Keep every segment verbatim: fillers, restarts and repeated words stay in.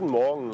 Guten Morgen.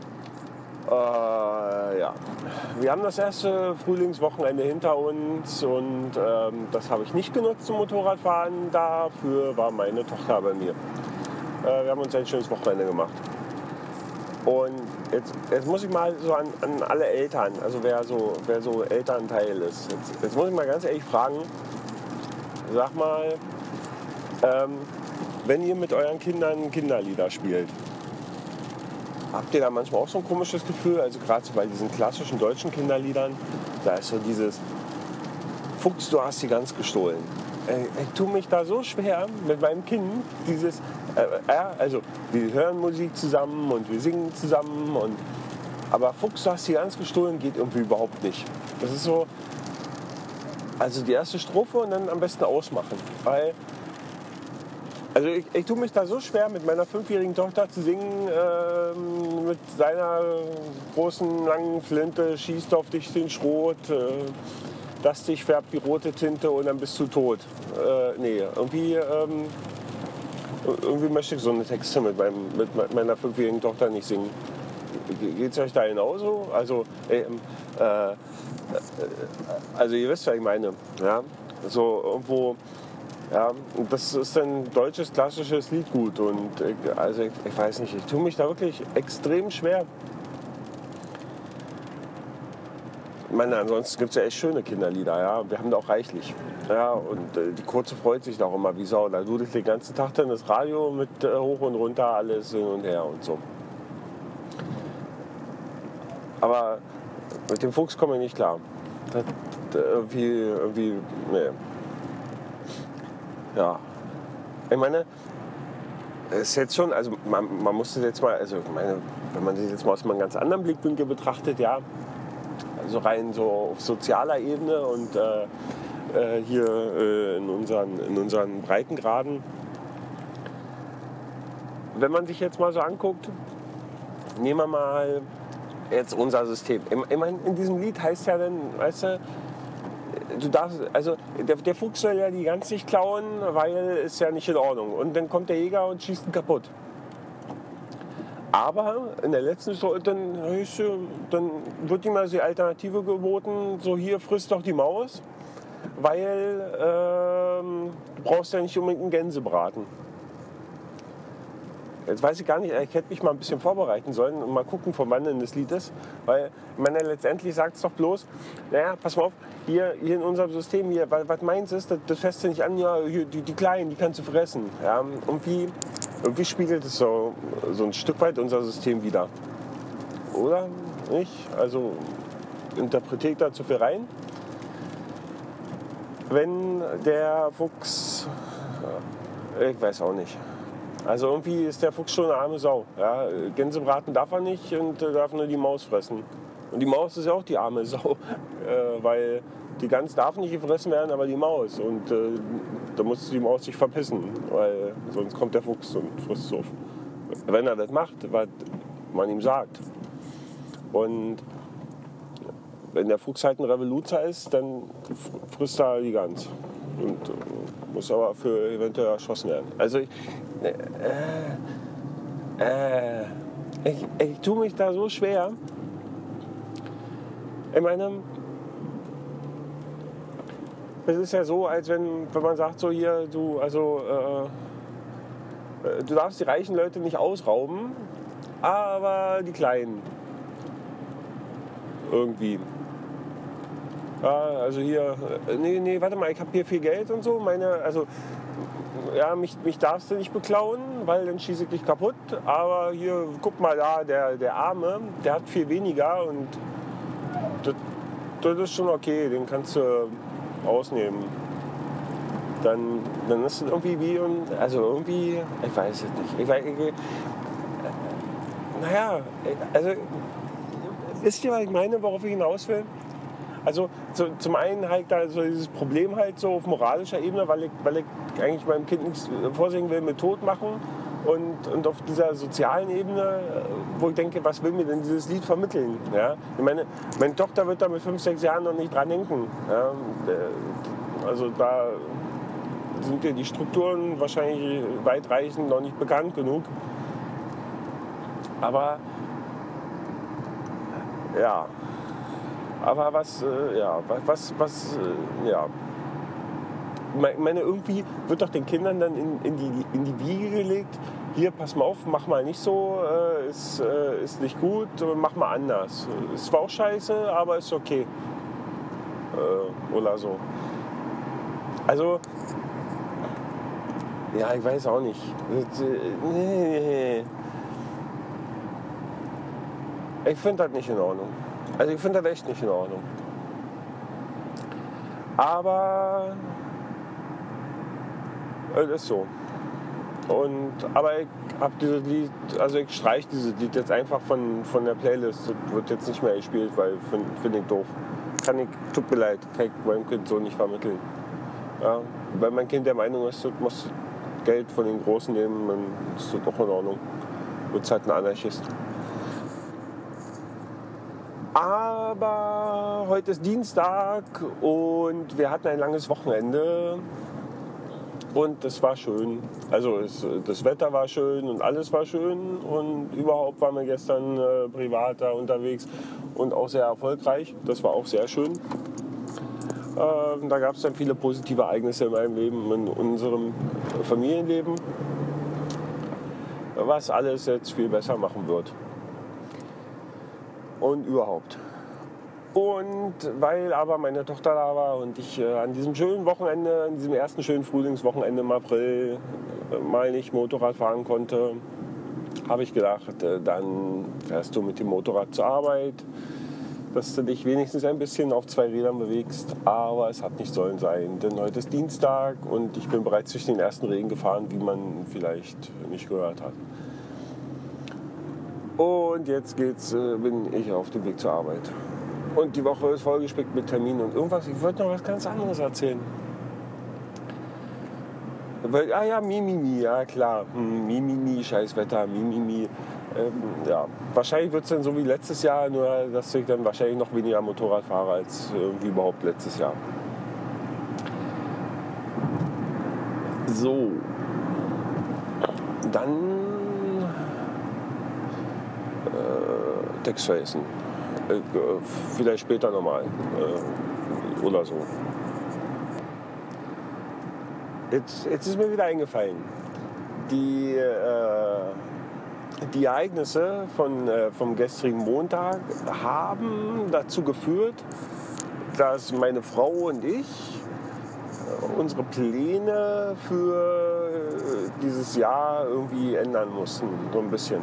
Äh, ja. Wir haben das erste Frühlingswochenende hinter uns und ähm, das habe ich nicht genutzt zum Motorradfahren. Dafür war meine Tochter bei mir. Äh, wir haben uns ein schönes Wochenende gemacht. Und jetzt, jetzt muss ich mal so an, an alle Eltern, also wer so, wer so Elternteil ist, jetzt, jetzt muss ich mal ganz ehrlich fragen, sag mal, ähm, wenn ihr mit euren Kindern Kinderlieder spielt, habt ihr da manchmal auch so ein komisches Gefühl? Also gerade so bei diesen klassischen deutschen Kinderliedern, da ist so dieses Fuchs, du hast die Gans gestohlen. Ich tue mich da so schwer mit meinem Kind, dieses, äh, äh, also wir hören Musik zusammen und wir singen zusammen, und, aber Fuchs, du hast die Gans gestohlen, geht irgendwie überhaupt nicht. Das ist so, also die erste Strophe und dann am besten ausmachen, weil Also ich, ich tue mich da so schwer, mit meiner fünfjährigen Tochter zu singen, äh, mit seiner großen, langen Flinte, schießt auf dich den Schrot, äh, das dich färbt wie rote Tinte und dann bist du tot. Äh, nee, irgendwie, ähm, irgendwie möchte ich so eine Texte mit, meinem, mit meiner fünfjährigen Tochter nicht singen. Geht es euch da genauso? Also, äh, äh, also ihr wisst, was ich meine. Ja? So irgendwo... Ja, das ist ein deutsches, klassisches Liedgut und ich, also ich, ich weiß nicht, ich tue mich da wirklich extrem schwer. Ich meine, ansonsten gibt es ja echt schöne Kinderlieder, ja, wir haben da auch reichlich. Ja, und äh, die Kurze freut sich da auch immer wie Sau, da dudelt den ganzen Tag dann das Radio mit äh, hoch und runter, alles hin und her und so. Aber mit dem Fuchs komme ich nicht klar. Das, das irgendwie, irgendwie, nee. Ja, ich meine, es ist jetzt schon, also man, man muss das jetzt mal, also ich meine, wenn man das jetzt mal aus einem ganz anderen Blickwinkel betrachtet, ja, also rein so auf sozialer Ebene und äh, äh, hier äh, in, unseren, in unseren Breitengraden, wenn man sich jetzt mal so anguckt, nehmen wir mal jetzt unser System. Ich meine, in diesem Lied heißt ja dann, weißt du, Du darfst, also der, der Fuchs soll ja die Gans nicht klauen, weil ist ja nicht in Ordnung. Und dann kommt der Jäger und schießt ihn kaputt. Aber in der letzten Stunde, dann, dann wird ihm also die Alternative geboten, so hier frisst doch die Maus, weil ähm, du brauchst ja nicht unbedingt einen Gänsebraten. Jetzt weiß ich gar nicht, ich hätte mich mal ein bisschen vorbereiten sollen und mal gucken, von wann denn das Lied ist. Weil, ich meine, letztendlich sagt es doch bloß, naja, pass mal auf, hier, hier in unserem System, hier, was, was meinst du, das, das fässt du nicht an, ja, hier, die, die Kleinen, die kannst du fressen. Ja, irgendwie, irgendwie spiegelt es so, so ein Stück weit unser System wider. Oder? Nicht? Also, interpretiere ich da zu viel rein? Wenn der Fuchs, ich weiß auch nicht. Also irgendwie ist der Fuchs schon eine arme Sau. Ja, Gänsebraten darf er nicht und darf nur die Maus fressen. Und die Maus ist ja auch die arme Sau, äh, weil die Gans darf nicht gefressen werden, aber die Maus. Und äh, da muss die Maus sich verpissen, weil sonst kommt der Fuchs und frisst es auf. Wenn er das macht, was man ihm sagt. Und wenn der Fuchs halt ein Revoluzer ist, dann frisst er die Gans. Und äh, muss aber für eventuell erschossen werden. Also ich, äh, äh, ich, ich tue mich da so schwer. Ich meine, es ist ja so, als wenn, wenn man sagt, so hier, du, also, äh, du darfst die reichen Leute nicht ausrauben, aber die Kleinen. Irgendwie. Ja, also hier, nee, nee, warte mal, ich habe hier viel Geld und so, meine, also, ja, mich, mich darfst du nicht beklauen, weil dann schieße ich dich kaputt, aber hier, guck mal da, der, der Arme, der hat viel weniger und das, das ist schon okay, den kannst du ausnehmen. Dann, dann ist es irgendwie wie, also irgendwie, ich weiß es nicht, ich weiß, ich, naja, also, wisst ihr, was ich meine, worauf ich hinaus will? Also zu, zum einen halt da so dieses Problem halt so auf moralischer Ebene, weil ich, weil ich eigentlich meinem Kind nichts vorsingen will mit Tod machen, und, und auf dieser sozialen Ebene, wo ich denke, was will mir denn dieses Lied vermitteln? Ja? Ich meine, meine Tochter wird da mit fünf, sechs Jahren noch nicht dran denken. Ja? Also da sind dir die Strukturen wahrscheinlich weitreichend noch nicht bekannt genug. Aber ja, aber was, äh, ja, was, was, äh, ja. Ich meine, irgendwie wird doch den Kindern dann in, in, die, in die Wiege gelegt, hier, pass mal auf, mach mal nicht so, äh, ist, äh, ist nicht gut, mach mal anders. Ist zwar auch scheiße, aber ist okay. Äh, oder so. Also, ja, ich weiß auch nicht. Nee. Ich finde das nicht in Ordnung. Also ich finde das echt nicht in Ordnung. Aber es ist so. Und, aber ich habe dieses Lied, also ich streiche dieses Lied jetzt einfach von, von der Playlist. Das wird jetzt nicht mehr gespielt, weil finde find ich doof. Kann ich, tut mir leid, kann ich meinem Kind so nicht vermitteln. Ja, weil mein Kind der Meinung ist, das muss Geld von den Großen nehmen, dann ist das doch in Ordnung. Wird halt ein Anarchist. Aber heute ist Dienstag und wir hatten ein langes Wochenende und das war schön. Also es, das Wetter war schön und alles war schön und überhaupt waren wir gestern äh, privat da unterwegs und auch sehr erfolgreich. Das war auch sehr schön. Äh, da gab es dann viele positive Ereignisse in meinem Leben, in unserem Familienleben, was alles jetzt viel besser machen wird. Und überhaupt. Und weil aber meine Tochter da war und ich äh, an diesem schönen Wochenende, an diesem ersten schönen Frühlingswochenende im April äh, mal nicht Motorrad fahren konnte, habe ich gedacht, äh, dann fährst du mit dem Motorrad zur Arbeit, dass du dich wenigstens ein bisschen auf zwei Rädern bewegst. Aber es hat nicht sollen sein, denn heute ist Dienstag und ich bin bereits durch den ersten Regen gefahren, wie man vielleicht nicht gehört hat. Und jetzt geht's, äh, bin ich auf dem Weg zur Arbeit. Und die Woche ist vollgespickt mit Terminen und irgendwas. Ich wollte noch was ganz anderes erzählen. Weil, ah ja, Mimimi, ja klar. Hm, Mimimi, Scheißwetter, Mimimi. Ähm, ja, wahrscheinlich wird es dann so wie letztes Jahr, nur dass ich dann wahrscheinlich noch weniger Motorrad fahre als irgendwie überhaupt letztes Jahr. So. Dann Text vergessen. Äh, vielleicht später nochmal. Äh, oder so. Jetzt, jetzt ist mir wieder eingefallen. Die, äh, die Ereignisse von, äh, vom gestrigen Montag haben dazu geführt, dass meine Frau und ich äh, unsere Pläne für äh, dieses Jahr irgendwie ändern mussten. So ein bisschen.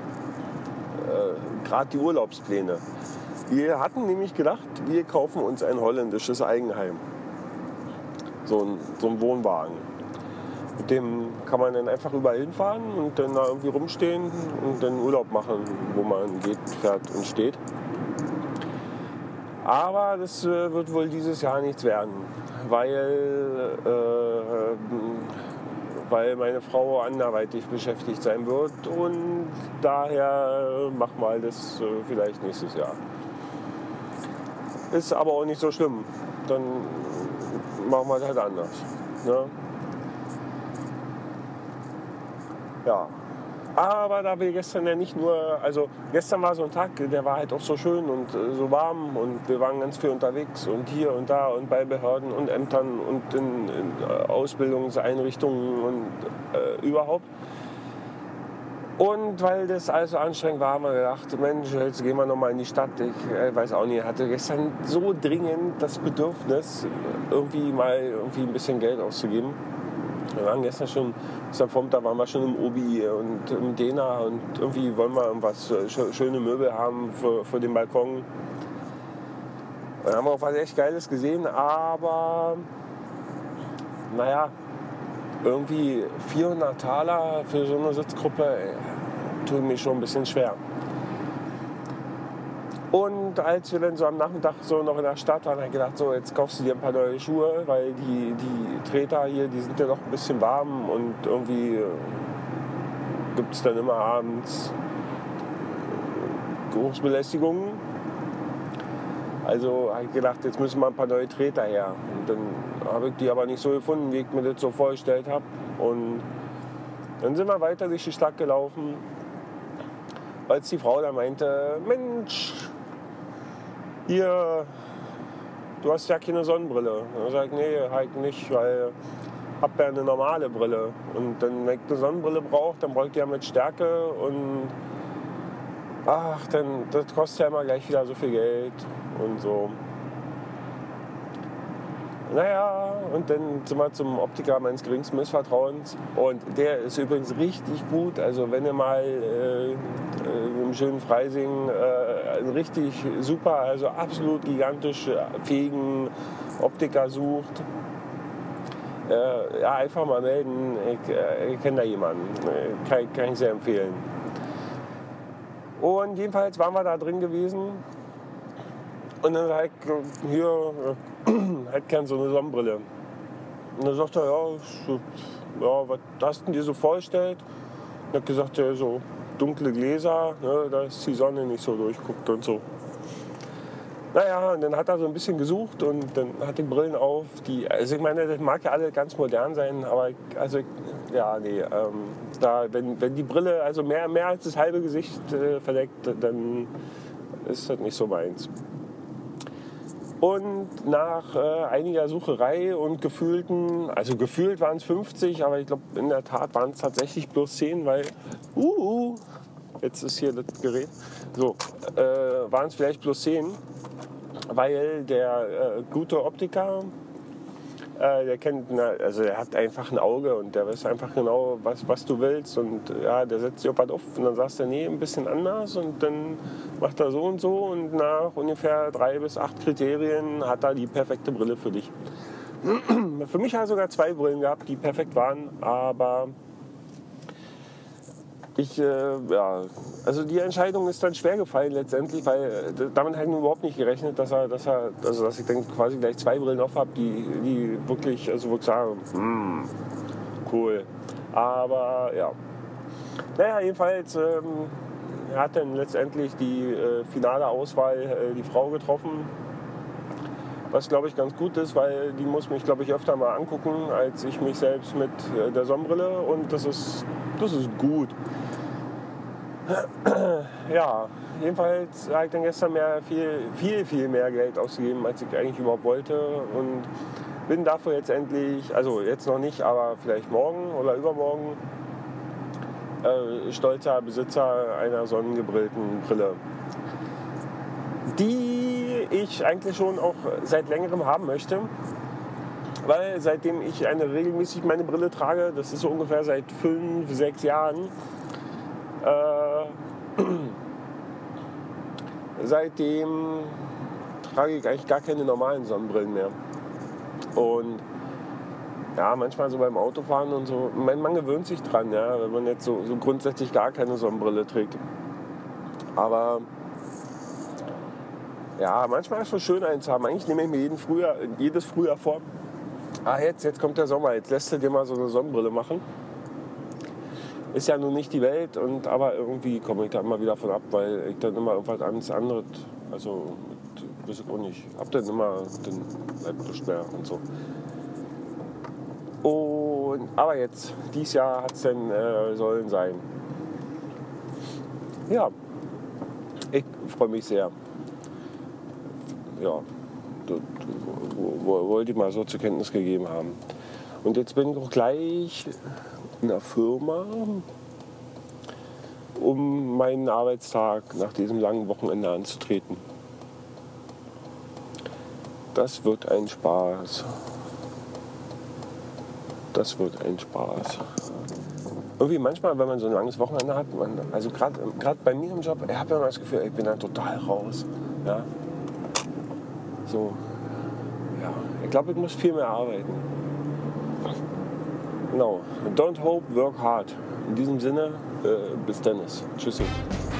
Gerade die Urlaubspläne. Wir hatten nämlich gedacht, wir kaufen uns ein holländisches Eigenheim. So ein, so ein Wohnwagen. Mit dem kann man dann einfach überall hinfahren und dann da irgendwie rumstehen und dann Urlaub machen, wo man geht, fährt und steht. Aber das äh, wird wohl dieses Jahr nichts werden, weil äh, weil meine Frau anderweitig beschäftigt sein wird und daher machen wir das äh, vielleicht nächstes Jahr. Ist aber auch nicht so schlimm, dann machen wir es halt anders. Ne? Ja, aber da wir gestern ja nicht nur, also gestern war so ein Tag, der war halt auch so schön und äh, so warm und wir waren ganz viel unterwegs und hier und da und bei Behörden und Ämtern und in, in äh, Ausbildungseinrichtungen und äh, überhaupt. Und weil das alles so anstrengend war, haben wir gedacht, Mensch, jetzt gehen wir nochmal in die Stadt. Ich äh, weiß auch nicht, hatte gestern so dringend das Bedürfnis, irgendwie mal irgendwie ein bisschen Geld auszugeben. Wir waren gestern schon, gestern Vormittag waren wir schon im Obi und im Dena und irgendwie wollen wir irgendwas, schöne Möbel haben für, für den Balkon. Dann haben wir auch was echt Geiles gesehen, aber naja, irgendwie vierhundert Taler für so eine Sitzgruppe ey, tut mir schon ein bisschen schwer. Und als wir dann so am Nachmittag so noch in der Stadt waren, habe ich gedacht, so jetzt kaufst du dir ein paar neue Schuhe, weil die, die Treter hier, die sind ja doch ein bisschen warm und irgendwie gibt es dann immer abends Geruchsbelästigungen. Also habe ich gedacht, jetzt müssen mal ein paar neue Treter her. Und dann habe ich die aber nicht so gefunden, wie ich mir das so vorgestellt habe. Und dann sind wir weiter durch die Stadt gelaufen. als die Frau dann meinte, Mensch, hier, du hast ja keine Sonnenbrille. Und ich sage, nee, halt nicht, weil ich habe ja eine normale Brille. Und dann, wenn ich eine Sonnenbrille brauche, dann brauche ich die ja mit Stärke. Und ach, dann, das kostet ja immer gleich wieder so viel Geld und so. Naja, und dann sind wir zum Optiker meines geringsten Missvertrauens. Und der ist übrigens richtig gut. Also wenn ihr mal äh, äh, im schönen Freising äh, einen richtig super, also absolut gigantisch fähigen Optiker sucht, äh, ja, einfach mal melden. Ich, äh, ich kenne da jemanden. Kann, kann ich sehr empfehlen. Und jedenfalls waren wir da drin gewesen. Und dann halt hier, halt gern so eine Sonnenbrille. Und dann sagt er, ja, so, ja, was hast du denn dir so vorgestellt? Und er hat gesagt, ja, so dunkle Gläser, ne, da ist die Sonne nicht so durchguckt und so. Naja, und dann hat er so ein bisschen gesucht und dann hat die Brillen auf. Die, also ich meine, das mag ja alle ganz modern sein, aber also, ja, nee, ähm, da, wenn, wenn die Brille also mehr, mehr als das halbe Gesicht äh, verdeckt, dann ist das nicht so meins. Und nach äh, einiger Sucherei und gefühlten, also gefühlt waren es fünfzig, aber ich glaube in der Tat waren es tatsächlich bloß zehn, weil, uh, jetzt ist hier das Gerät, so, äh, waren es vielleicht bloß zehn, weil der äh, gute Optiker, äh, der kennt, also der hat einfach ein Auge und der weiß einfach genau, was, was du willst und ja, der setzt sich auf was auf und dann sagst du, nee, ein bisschen anders und dann macht er so und so und nach ungefähr drei bis acht Kriterien hat er die perfekte Brille für dich. Für mich hat er sogar zwei Brillen gehabt, die perfekt waren, aber ich, äh, ja, also die Entscheidung ist dann schwer gefallen letztendlich, weil äh, damit habe ich überhaupt nicht gerechnet, dass er, dass er, also dass ich dann quasi gleich zwei Brillen auf habe, die, die wirklich, also wo ich sage, mm, cool. Aber ja, naja, jedenfalls ähm, er hat dann letztendlich die äh, finale Auswahl äh, die Frau getroffen, was glaube ich ganz gut ist, weil die muss mich glaube ich öfter mal angucken, als ich mich selbst mit äh, der Sonnenbrille und das ist, das ist gut. Ja, jedenfalls habe ich dann gestern mehr, viel, viel, viel mehr Geld ausgegeben, als ich eigentlich überhaupt wollte und bin dafür jetzt endlich, also jetzt noch nicht, aber vielleicht morgen oder übermorgen äh, stolzer Besitzer einer sonnengebrillten Brille, die ich eigentlich schon auch seit längerem haben möchte, weil seitdem ich eine regelmäßig meine Brille trage, das ist so ungefähr seit fünf, sechs Jahren, Äh, seitdem trage ich eigentlich gar keine normalen Sonnenbrillen mehr. Und ja, manchmal so beim Autofahren und so, man, man gewöhnt sich dran, ja, wenn man jetzt so, so grundsätzlich gar keine Sonnenbrille trägt. Aber ja, manchmal ist es schon schön, eins zu haben. Eigentlich nehme ich mir jeden Frühjahr, jedes Frühjahr vor, ah, jetzt, jetzt kommt der Sommer, jetzt lässt du dir mal so eine Sonnenbrille machen. Ist ja nun nicht die Welt, und, aber irgendwie komme ich da immer wieder von ab, weil ich dann immer irgendwas anderes, anderes also weiß ich auch nicht, hab dann immer den Lust mehr und so. Und, aber jetzt, dieses Jahr hat es dann äh, sollen sein. Ja, ich freue mich sehr. Ja, das wollte ich mal so zur Kenntnis gegeben haben. Und jetzt bin ich auch gleich in der Firma, um meinen Arbeitstag nach diesem langen Wochenende anzutreten. Das wird ein Spaß. Das wird ein Spaß. Irgendwie manchmal, wenn man so ein langes Wochenende hat, man, also gerade bei mir im Job, ich habe immer das Gefühl, ich bin dann total raus. Ja? So, ja, ich glaube, ich muss viel mehr arbeiten. Genau. Don't hope, work hard. In diesem Sinne, äh, bis dann. Tschüssi.